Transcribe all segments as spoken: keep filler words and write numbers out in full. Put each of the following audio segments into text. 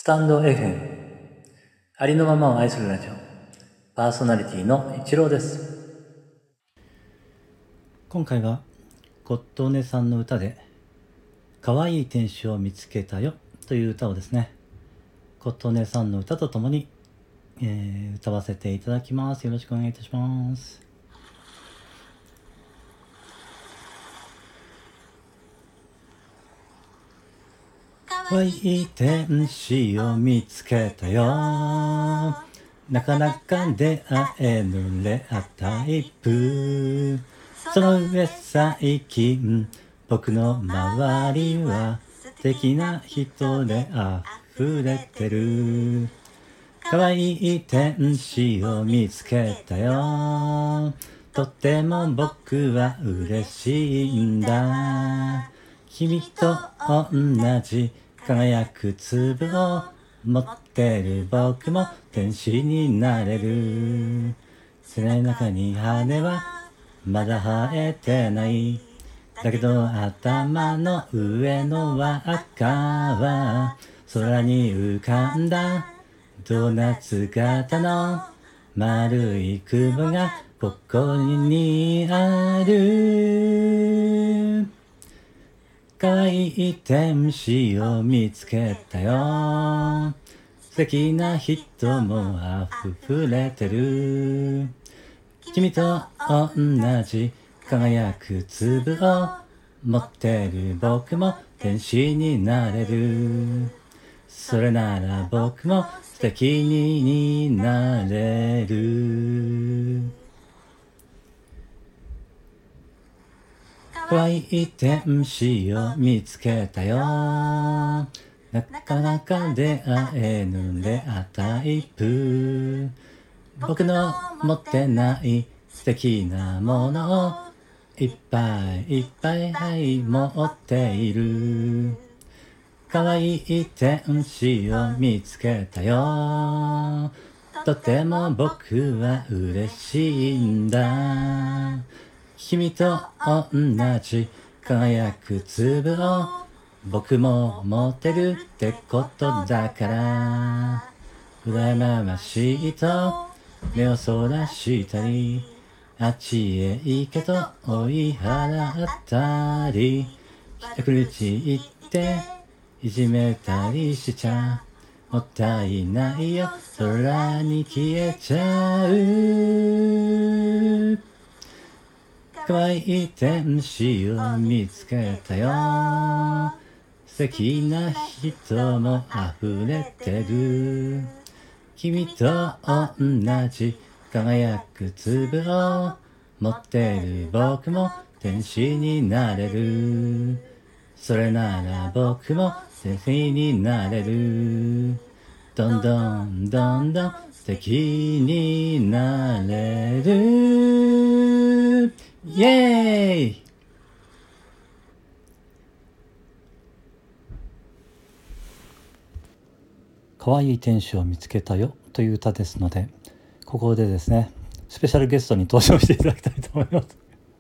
タンド エフエム ありのままを愛するラジオ、パーソナリティの一郎です。今回はコットーネさんの歌で可愛い天使を見つけたよという歌をですね、コットーネさんの歌とともに、えー、歌わせていただきます。よろしくお願いいたします。可愛い天使を見つけたよ、なかなか出会えぬレアタイプ。その上最近僕の周りは素敵な人で溢れてる。可愛い天使を見つけたよ、とっても僕は嬉しいんだ。君と同じ輝く粒を持ってる僕も天使になれる。背中に羽はまだ生えてない、だけど頭の上の輪っかは空に浮かんだドーナツ型の丸い雲がここにある。可愛い天使を見つけたよ、素敵な人も溢れてる。君と同じ輝く粒を持ってる僕も天使になれる。それなら僕も素敵になれる。可愛い天使を見つけたよ、なかなか出会えぬレアタイプ。僕の持ってない素敵なものをいっぱいいっぱい、はい、持っている。可愛い天使を見つけたよ、とても僕は嬉しいんだ。君と同じ輝く粒を僕も持ってるってことだから、羨ましいと目をそらしたり、あっちへ行けと追い払ったり、北口行っていじめたりしちゃもったいないよ、空に消えちゃう。可愛い天使を見つけたよ、素敵な人も溢れてる。君と同じ輝く粒を持ってる僕も天使になれる。それなら僕も天使になれる。どんどんどんどん素敵になれる。イエーイ。可愛い天使を見つけたよという歌ですので、ここでですね、スペシャルゲストに登場していただきたいと思います。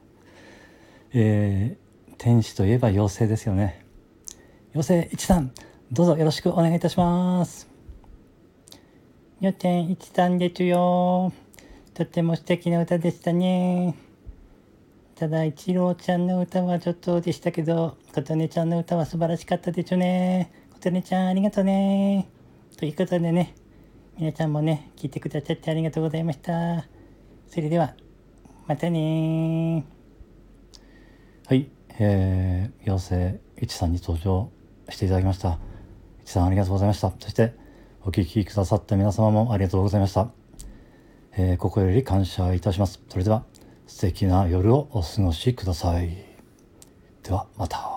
えー、天使といえば妖精ですよね。妖精いちさん、どうぞよろしくお願いいたします。 よてんいちさんですよ。とっても素敵な歌でしたね。ただ一郎ちゃんの歌はちょっとでしたけど、琴音ちゃんの歌は素晴らしかったですよね。琴音ちゃんありがとうね。ということでね、皆さんもね聞いてくださってありがとうございました。それではまたね。 はい、えー、妖精いちさんに登場していただきました。いちさんありがとうございました。そしてお聞きくださった皆様もありがとうございました。えー、心より感謝いたします。それでは素敵な夜をお過ごしください。ではまた。